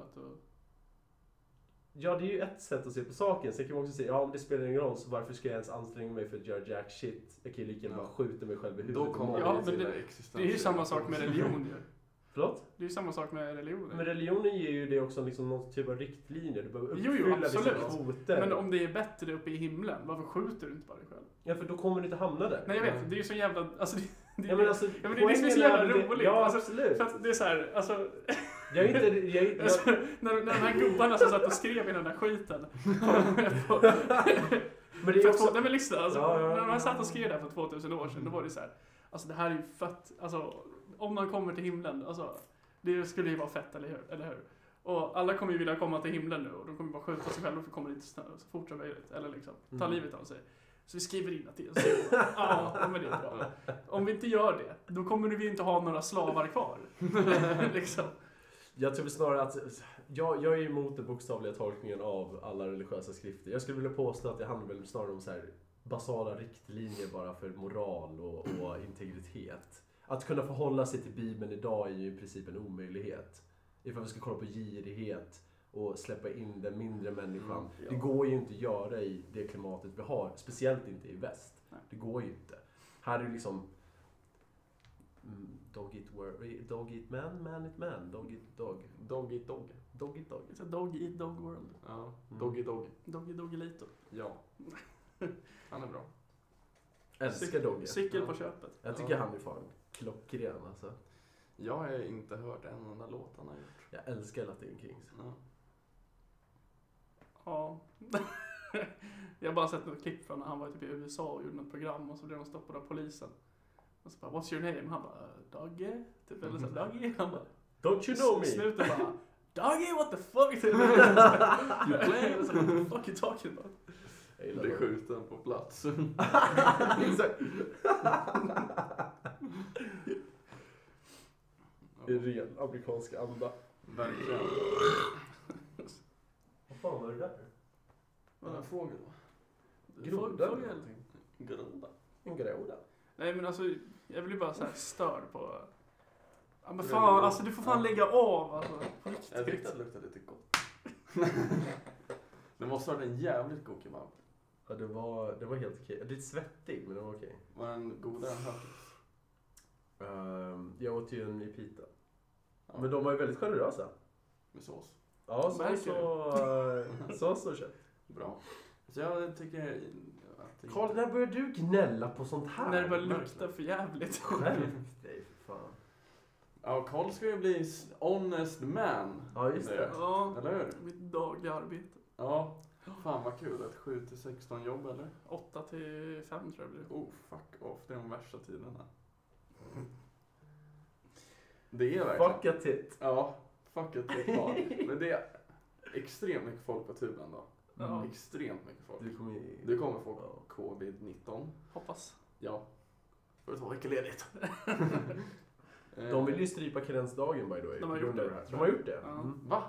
C: Ja, det är ju ett sätt att se på saken. Sen kan man också säga, om det spelar ingen roll, så varför ska jag ens anstränga mig för att göra jack shit? Jag kan ju lika gärna bara skjuta mig själv i huvudet.
B: Då kommer
A: men det är ju samma sak med religion ju.
C: Förlåt?
A: Det är ju samma sak med religionen.
C: Men religionen ger ju det också liksom någon typ av riktlinjer. Du behöver
A: uppfylla
C: vissa kvoter.
A: Men om det är bättre uppe i himlen, varför skjuter du inte bara dig själv?
C: Ja, för då kommer du inte hamna där.
A: Nej, jag vet. Det är ju så jävla... Alltså, det är så jävla roligt.
C: Ja,
A: alltså,
C: absolut.
A: För att det är så här, alltså...
C: Alltså,
A: när de här gubbarna som satt och skrev i den där skiten.
C: Men det är också...
A: Nej, men lyssna, alltså, när de satt och skrev det här för 2000 år sedan, då var det så här, alltså det här är ju fett, alltså om man kommer till himlen, alltså det skulle ju vara fett, eller hur? Och alla kommer ju vilja komma till himlen nu, och de kommer bara skjuta sig själva för att komma dit så fort som möjligt, eller liksom ta livet av sig. Så vi skriver in att det är så. Ja, men det är bra. Om vi inte gör det, då kommer vi inte ha några slavar kvar. Liksom.
C: Jag tror snarare att jag är emot den bokstavliga tolkningen av alla religiösa skrifter. Jag skulle vilja påstå att det handlar väl snarare om så här basala riktlinjer bara för moral och integritet. Att kunna förhålla sig till Bibeln idag är ju i princip en omöjlighet. Ifall vi ska kolla på girighet och släppa in den mindre människan. Ja. Det går ju inte att göra i det klimatet vi har, speciellt inte i väst. Nej. Det går ju inte. Här är det liksom dog eat man, man eat man, dog eat dog.
B: Dog eat dog.
C: Dog eat dog.
A: It's a dog eat dog world.
B: Ja, dog eat dog.
A: Doggy lito.
B: Ja. Han är bra.
C: Älskar Doggy.
A: Cykel på köpet.
C: Jag tycker han är fan klockren alltså.
B: Jag har inte hört en enda låt han har gjort.
C: Jag älskar Latin Kings.
A: Ja. Jag har bara sett något klipp från när han var typ i USA och gjorde något program, och så blev de stoppade av polisen. Och så bara, what's your name? Han bara, Doggy. Typ, eller så, Doggy. Han bara,
C: don't you know me?
A: Slutet bara, Doggy, what the fuck? You playing? What the fuck you talking about?
B: Blir skjuten på plats.
C: Exakt. I ren amerikansk anda.
B: Verkligen.
C: Vad fan var det där?
B: Vad är en fågel då?
C: Groda?
B: Groda.
C: En groda?
A: Nej men alltså, jag blir bara så här störd på... Ja men fan, alltså du får fan lägga av alltså.
B: Jag tyckte att det luktade lite gott. Det måste ha varit en jävligt god kebab.
C: Ja, det var helt okej. Lite svettig, men det var okej.
B: Var den godare än högst?
C: Jag åt ju en i pita. Ja. Men de var ju väldigt generösa.
B: Med sås?
C: Ja, sås och kött.
B: Bra. Så jag tycker...
C: Carl, när börjar du gnälla på sånt här?
A: När det börjar lukta för jävligt.
C: Skärp dig för fan.
B: Ja, Carl ska ju bli honest man.
C: Ja, just det.
A: Ja,
B: eller hur?
A: Mitt dagliga arbete.
B: Ja, fan vad kul. Ett 7-16 jobb eller?
A: 8-5 tror jag blir.
B: Oh, fuck off. Det är de värsta tiderna. Det är verkligen.
C: Fuck a tit.
B: Ja, fuck a tit var. Men det är extremt mycket folk på tuben då.
A: Ja.
B: Extremt mycket folk.
C: Du
B: kommer få covid-19.
A: Hoppas.
B: Ja. För 2 veckor ledigt.
C: De vill ju strypa karensdagen by the way.
A: De har gjort det.
C: De har gjort det?
B: Ja. Va?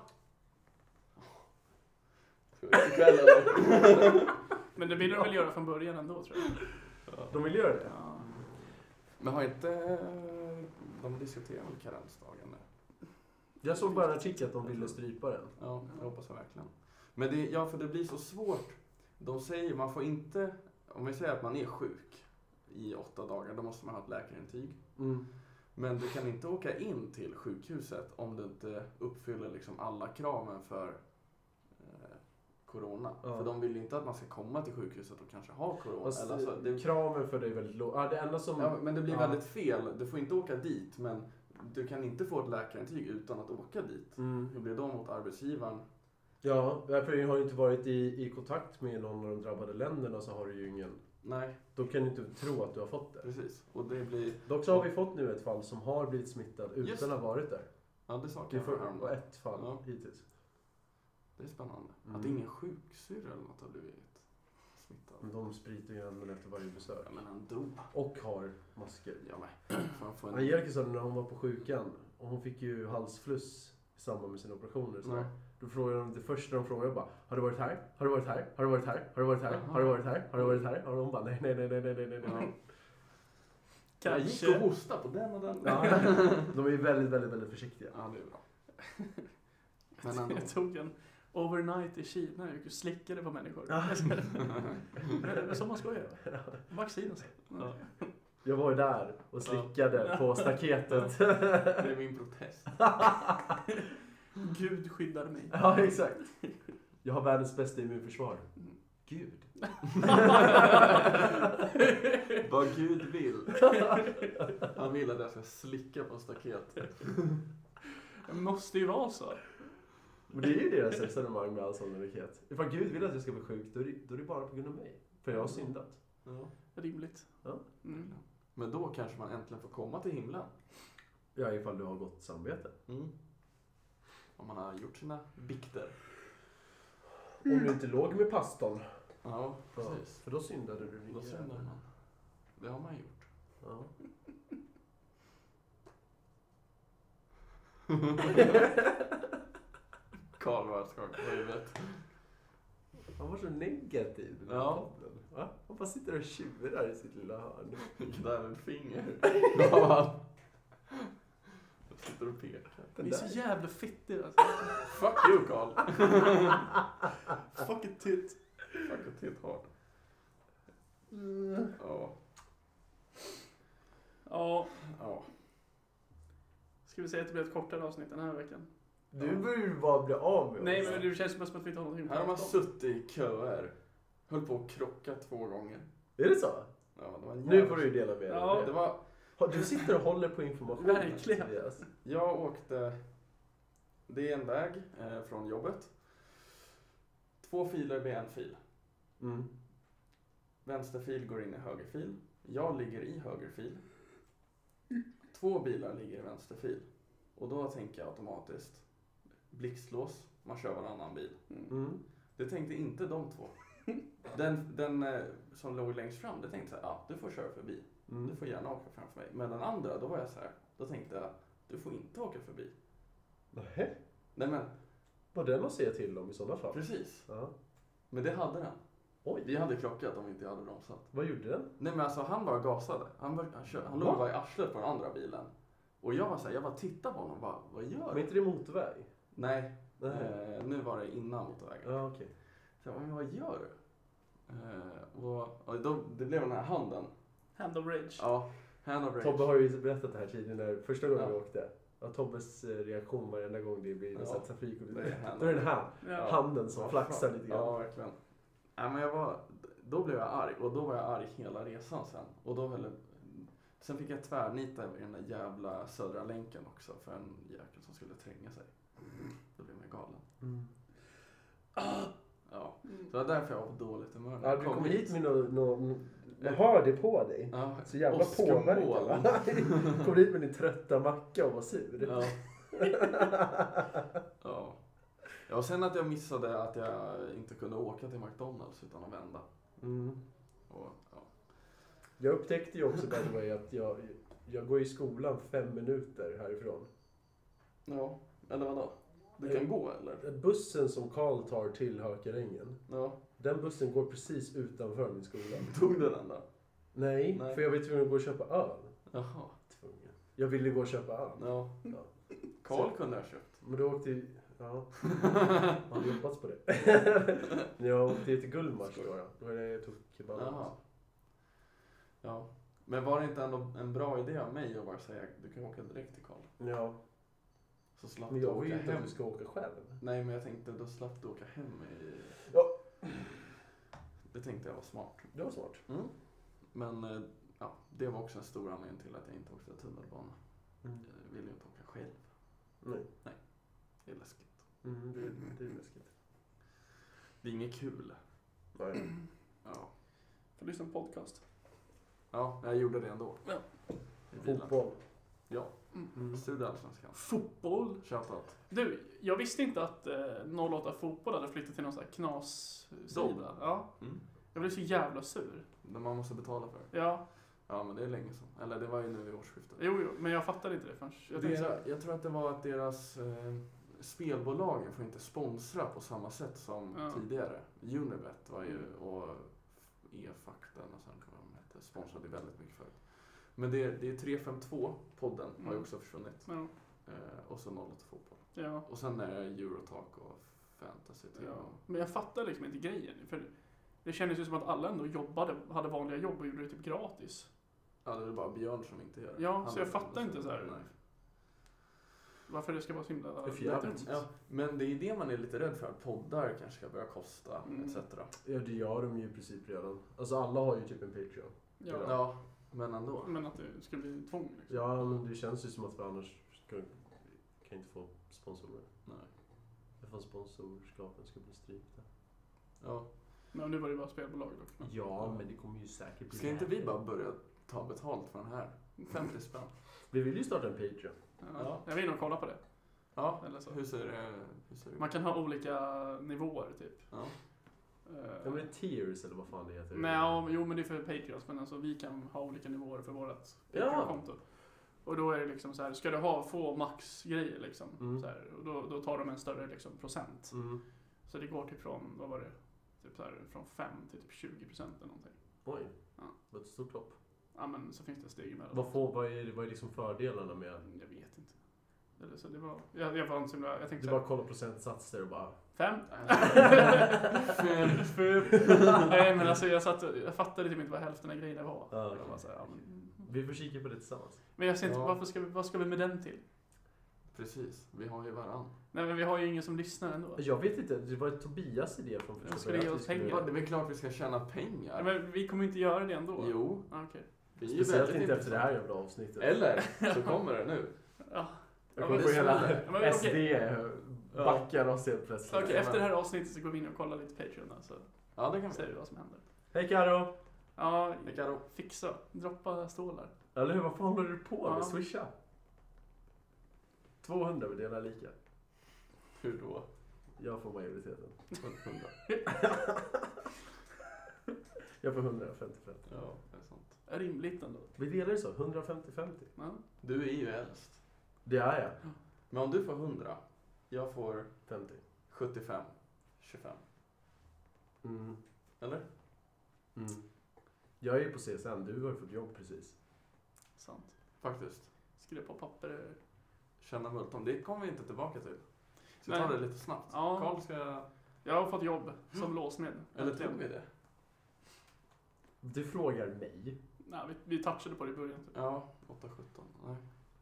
B: Ska vi ikväll eller?
A: Men det vill de väl göra från början ändå tror jag.
B: Ja.
C: De vill göra det?
A: Ja.
B: Men har inte de diskuterat väl karensdagen nu?
C: Jag såg bara en artikel att de ville strypa den.
B: Ja, jag hoppas jag verkligen. Men för det blir så svårt. De säger, man får inte, om vi säger att man är sjuk i 8 dagar, då måste man ha ett läkarintyg.
C: Mm.
B: Men du kan inte åka in till sjukhuset om du inte uppfyller liksom alla kraven för corona. Ja. För de vill inte att man ska komma till sjukhuset och kanske ha corona.
C: Alltså, kraven för det är väldigt lågt. Det enda som...
B: Ja, men det blir väldigt fel. Du får inte åka dit, men du kan inte få ett läkarintyg utan att åka dit.
C: Mm.
B: Hur blir det mot arbetsgivaren?
C: Ja, för jag har inte varit i kontakt med någon av de drabbade länderna så har du ju ingen...
B: Nej.
C: De kan inte tro att du har fått det.
B: Precis. Och det blir...
C: Dock så har vi fått nu ett fall som har blivit smittad utan att ha varit där.
B: Ja, det sa
C: jag. Det var ett fall hittills.
B: Det är spännande. Att ingen sjuksyrra eller något har blivit smittad.
C: Men de spritar ju ändå efter varje besök.
B: Ja, men ändå.
C: Och har masker.
B: Ja, men.
C: Angelica sa när hon var på sjukan och hon fick ju halsfluss i samband med sina operationer. Så då frågade de, det första de frågade bara, har du varit här? Har du varit här? Har du varit här? Har du varit här? Har du varit här? Har du varit här? Och de bara, nej.
B: Jag gick och hostade på den och den.
C: Ja, de är ju väldigt försiktiga.
B: Ja, det är bra.
A: Men ändå. Jag tog en overnight i Kina och slickade på människor. Det är som man ska göra. Vaccinen. Ja.
C: Jag var ju där och slickade på staketet.
B: Det är min protest.
A: Gud skyddar mig.
C: Ja, exakt. Jag har världens bästa immunförsvar. Gud.
B: Vad Gud vill. Han vill att jag ska slicka på staketet.
A: Det måste ju vara så.
C: Men det är ju deras resonemang med all sannolikhet. Ifall Gud vill att jag ska bli sjuk, då är det bara på grund av mig. För jag har syndat.
B: Ja.
A: Rimligt.
C: Ja.
A: Mm.
B: Men då kanske man äntligen får komma till himlen.
C: Ja, ifall du har gott samvete.
B: Mm. Om man har gjort sina bikter.
C: Om du inte låg med pastorn.
B: Ja, precis.
C: För då syndade du.
B: Då syndade man. Det har man gjort.
C: Ja.
B: Carl var skakad på huvudet.
C: Han var så negativ.
B: Ja.
C: Va? Han bara sitter och tjurar i sitt lilla hörn.
B: Där ett finger. Ja. Jag sitter och pekar.
A: Ni är så jävla fittiga alltså.
B: Fuck you, Carl.
A: Fuck it tit.
B: Fuck it tit hard. Ja.
A: Ja. Ska vi säga att det blir ett kortare avsnitt den här veckan?
C: Du börjar ju bara bli av med oss.
A: Nej, men det känns som att vi inte har någonting.
B: Här har man suttit i köer. Höll på att krocka 2 gånger.
C: Är det så?
B: Ja, det var
C: nu får du ju dela med dig.
B: Ja, det var...
C: Du sitter och håller på information.
A: Verkligen.
B: Jag åkte... Det är en väg från jobbet. 2 filer blir en fil.
C: Mm.
B: Vänsterfil går in i högerfil. Jag ligger i högerfil. 2 bilar ligger i vänsterfil. Och då tänker jag automatiskt, blixtlås, man kör varannan bil. Det tänkte inte de två. Den som låg längst fram, det tänkte så här, du får köra förbi. Du får gärna åka framför mig. Men den andra, då var jag så här, då tänkte jag, du får inte åka förbi.
C: Nej.
B: Nej men.
C: Var den att säga till om i sådana fall?
B: Precis. Men det hade den.
C: Oj.
B: Vi hade krockat om vi inte hade bromsat.
C: Vad gjorde den?
B: Nej men alltså han bara gasade. Han låg bara i arslet på den andra bilen. Och jag var så här, jag bara tittade på honom och bara, vad gör du?
C: Men inte det motorväg?
B: Nej. Nu var det innan motorvägen.
C: Ja, okej.
B: Så jag bara, men vad gör du? Och då, det blev den här handen.
A: Hand of rage.
B: Ja, hand of rage.
C: Tobbe har ju berättat det här tidigare, första gången vi åkte. Och Tobbes reaktion varenda gång det blir någon trafik. Då är den här handen som flaxar lite grann.
B: Ja, verkligen. Nej, men då blev jag arg. Och då var jag arg hela resan sen. Och sen fick jag tvärnita i den där jävla södra länken också. För en jäkel som skulle tränga sig. Då blev jag galen. Ja, så det var därför jag var på dåligt humör.
C: Ja, du kom hit med man hör det på dig.
B: Ja,
C: så jävla påverkad. Kom hit med din trötta macka och var sur.
B: Ja. Ja, och sen att jag missade att jag inte kunde åka till McDonalds utan att vända.
C: Jag upptäckte ju också by the way att jag går i skolan 5 minuter härifrån.
B: Ja, eller vadå? Du kan gå eller?
C: Bussen som Karl tar till Hökarängen.
B: Ja.
C: Den bussen går precis utanför min skola.
B: Tog du den då?
C: Nej, för jag var tvungen att gå och köpa öl.
B: Jaha.
C: Tvungen. Jag ville gå och köpa öl.
B: Ja. Karl kunde ha köpt.
C: Men då åkte jag... Ja. Jag hade hoppats på det. När jag åkte till Gullmars då var det jag tog kebab.
B: Ja. Men var det inte ändå en bra idé av mig att bara säga du kan åka direkt till Karl?
C: Ja.
B: Så slapp
C: men
B: du
C: jag
B: åka
C: vill inte
B: hem.
C: att du ska åka själv.
B: Nej, men jag tänkte då slapp du åka hem i...
C: Ja.
B: Det tänkte jag var smart.
C: Det var smart.
B: Men det var också en stor anledning till att jag inte åkte tunnelbana. Jag ville ju inte åka själv.
C: Nej.
B: Det är läskigt.
C: Det är läskigt.
B: Det är inget kul.
C: Nej.
B: Ja.
A: Får lyssna på podcast.
B: Ja, jag gjorde det ändå.
A: Ja.
C: Fotboll.
B: Ja. Studio Allsvenskan.
A: Fotboll.
B: Shoutout.
A: Du, jag visste inte att 08 Fotboll hade flyttat till någon sån här knas-sida. Ja. Jag blev så jävla sur.
B: Man måste betala för det.
A: Ja.
B: Ja, men det är länge sedan. Eller det var ju nu i årsskiftet.
A: Jo, men jag fattade inte det förrän.
B: Jag tror att det var att deras spelbolagen får inte sponsra på samma sätt som tidigare. Unibet var ju och E-fakten och sen kan de hette sponsrade väldigt mycket förut. Men det är 352-podden har ju också försvunnit.
A: Ja.
B: Och så 08 Fotboll.
A: Ja.
B: Och sen är det Eurotalk och Fantasy.
A: Ja. Men jag fattar liksom inte grejen. För det kändes ju som att alla ändå hade vanliga jobb och gjorde det typ gratis.
B: Ja, det är bara Björn som inte gör det.
A: Ja, så jag fattar inte så här. Nej. Varför det ska vara så himla...
B: Ja, men det är det man är lite rädd för. Att poddar kanske ska börja kosta, etc.
C: Ja, det gör de ju i princip redan. Alltså alla har ju typ en Patreon.
B: Ja, men ändå.
A: Men att det ska bli tvång liksom.
C: Ja, men det känns ju som att vi annars kan inte få sponsorer.
B: Nej.
C: För sponsorskapen ska bli strypta.
B: Ja.
A: Men nu var det bara spelbolag dock.
C: Ja, men det kommer ju säkert bli...
B: Ska inte vi bara börja ta betalt för den här? 50 spänn.
C: Vi vill ju starta en Patreon.
A: Ja. Jag vill nog kolla på det.
B: Ja,
A: eller så.
B: Hur ser det?
A: Man kan ha olika nivåer typ.
B: Ja.
C: Ja, men det är tiers eller vad fan det heter.
A: Nej, jo men det är för Patreons. Men alltså vi kan ha olika nivåer för vårt Patreon-konto. Och då är det liksom så här, ska du få max-grejer liksom. Så här, och då tar de en större liksom, procent. Så det går typ från, vad var det? Typ så här, från 5 till typ 20% eller någonting.
C: Oj, det var ett stort lopp.
A: Ja, men så finns det steg emellan.
C: Vad är liksom fördelarna med?
A: Jag vet inte. Eller så det var, jag var inte jag tänkte
C: du bara kollar procentsatser och bara...
A: 5? Nej, men alltså jag fattade typ inte vad hälften av grejerna var.
C: Okay.
A: Var så här,
C: vi får kika på det tillsammans.
A: Men jag ser inte, vad ska vi med den till?
B: Precis, vi har ju varann.
A: Nej, men vi har ju ingen som lyssnar ändå.
C: Jag vet inte, det var Tobias idé från första
A: början. Ska det ge oss pengar?
B: Det är väl klart vi ska tjäna pengar.
A: Ja, men vi kommer inte göra det ändå.
B: Jo.
A: Okay.
C: Speciellt inte efter det här jävla avsnittet.
B: Eller så kommer det nu.
A: Ja.
C: Jag kommer få hela SD backar oss helt plötsligt.
A: Okej, efter det här avsnittet så går vi in och kollar lite Patreon. Alltså.
B: Ja, det kan vi.
A: Ser vi vad som händer.
C: Hej Karo!
A: Ja,
B: hej Karo.
A: Fixa. Droppa stålar.
C: Eller hur? Vad fan håller du på med? Swisha. 200 vi delar lika.
B: Hur då?
C: Jag får majoriteten.
B: 100.
C: Jag får 150-50.
B: Ja, det är sant.
A: Rimligt ändå.
C: Vi delar det så, 150-50.
A: Ja.
B: Du är ju äldst.
C: Det är jag.
B: Men om du får 100, jag får
C: 50.
B: 75, 25. Eller?
C: Jag är ju på CSN, du har ju fått jobb precis.
A: Sant.
B: Faktiskt.
A: Skriv på papper.
B: Känna Multom, det kommer vi inte tillbaka till. Så vi tar det lite snabbt.
A: Ja.
B: Carl ska...
A: Jag har fått jobb som låsmed.
B: Eller tog vi det?
C: Du frågar mig.
A: Nej, vi touchade på det i början. Typ.
B: Ja, 8-17. Nej.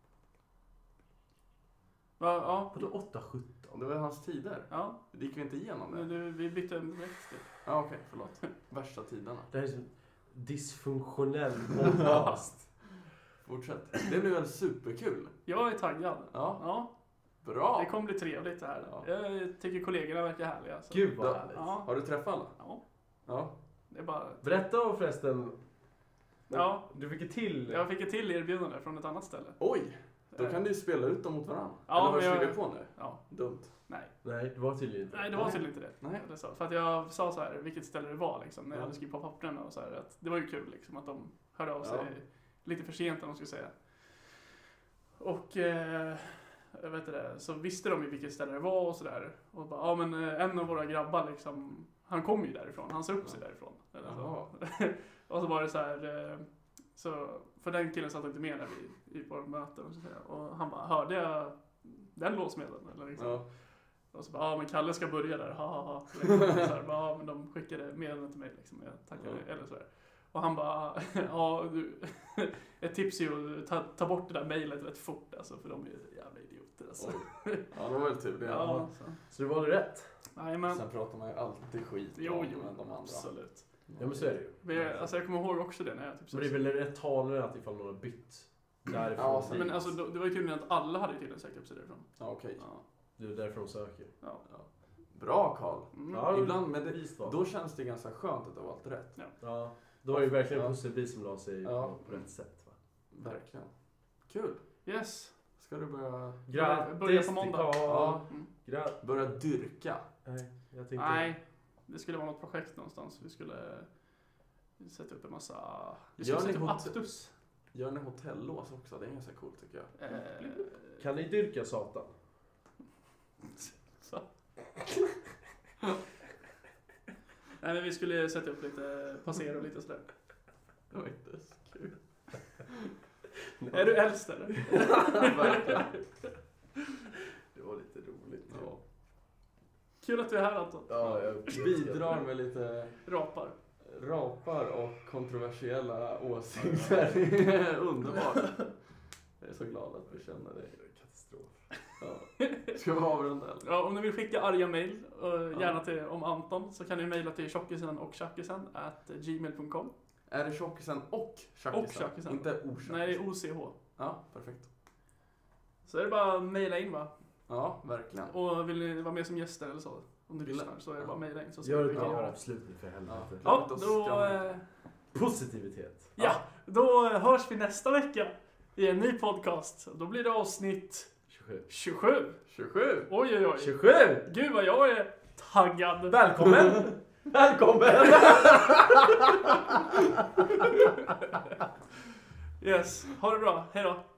A: Ja.
C: Vadå 8-17?
B: Det var hans tider.
A: Ja.
B: Det gick vi inte igenom det.
A: Vi bytte en direkt. Typ.
B: Ja, okej, förlåt. Värsta tiderna.
C: Det här är så dysfunktionell podcast.
B: Fortsätt. Det är nu väl superkul.
A: Jag är taggad.
B: Ja. Bra.
A: Det kommer bli trevligt det här.
B: Ja.
A: Jag tycker kollegorna verkar härliga. Alltså.
C: Gud vad härligt.
A: Ja.
B: Har du träffat alla?
A: Ja. Det är bara...
C: Berätta om förresten.
A: Ja.
C: Du fick ett till.
A: Jag fick ett till erbjudande från ett annat ställe.
B: Oj. Då kan du ju spela ut dem mot varandra.
A: Ja,
B: eller vad
A: men
B: skriver på nu?
A: Ja.
B: Dumt.
A: Nej,
C: det var tydligen inte.
A: Nej, det var tydligen inte det.
B: Nej.
A: Det så. För att jag sa så här, vilket ställe det var liksom, när jag hade skrivit på papperna och så här, att det var ju kul liksom att de hörde av sig lite för sent, om de skulle säga. Och jag vet inte, så visste de ju vilket ställe det var och sådär. Och bara, men en av våra grabbar liksom, han kom ju därifrån, han sa upp sig därifrån. Eller så. Och så var det så här, så för den killen satt inte med när vi på möten och så säga. Och han bara, hörde jag den låsmedlen? Eller liksom.
B: Ja.
A: Och så bara, men Kalle ska börja där, ha. Så här, men de skickade meddelanden till mig liksom, jag tackar eller så där. Och han bara, ett tips är ju att ta bort det där mejlet rätt fort alltså, för de är jävla idioter alltså.
B: Ja, det var väl tur det.
A: Ja,
C: så du valde rätt?
A: Nej, men...
B: Sen pratar man ju alltid skit
A: jo,
B: med de andra.
A: Absolut.
C: Ja, men så är det ju.
A: Men alltså, jag kommer ihåg också det när jag typ...
C: Men det är väl rätt talande att ifall någon har bytt därifrån.
B: Ja,
A: men alltså, det var ju tydligen att alla hade tydligen sökt upp sig därifrån.
B: Ja, okej.
A: Ja.
C: Det är därför de söker.
A: Ja.
B: Bra, Carl.
C: Ja,
B: ibland, men då känns det ganska skönt att det var allt rätt.
C: Ja. Då är det verkligen pusselbit som la sig på rätt sätt. Va?
B: Verkligen. Kul.
A: Yes.
B: Ska du börja...
A: Börja på måndag.
B: Ja. Börja dyrka.
A: Nej, det skulle vara något projekt någonstans. Vi skulle sätta upp en massa... Vi
B: skulle
A: sätta upp aptus.
B: Gör ni hotellås också? Det är ganska coolt tycker jag.
C: Kan ni dyrka Satan?
A: Så. Nej, men vi skulle sätta upp lite passer och lite sådär.
B: Det var inte så kul.
A: Är du äldst eller?
B: Verkligen.
C: Det var lite roligt.
B: Ja.
A: Kul att du är här, Anton.
C: Ja, jag
B: bidrar med lite rapar och kontroversiella åsikter. Underbart. Jag är så glad att vi känner dig.
C: Katastrof.
B: Ja. Ska vi avrunda eller?
A: Ja, om ni vill skicka arga mejl, gärna till om Anton, så kan ni mejla till tjockisen@gmail.com.
B: Är det tjockisen och tjockisen? Inte o-tjockisen?
A: Nej, det är OCH.
B: Ja, perfekt.
A: Så är det bara att mejla in, va?
B: Ja, verkligen.
A: Och vill ni vara med som gäster eller så, om du lyssnar, så är det bara att mejla in. Så
C: gör det avslutning för helvete.
A: Ja, då...
C: Positivitet.
A: Ja, då hörs vi nästa vecka i en ny podcast. Då blir det avsnitt 27. Oj.
C: 27!
A: Gud vad jag är taggad.
C: Välkommen! Välkommen!
A: Yes, ha det bra. Hej då.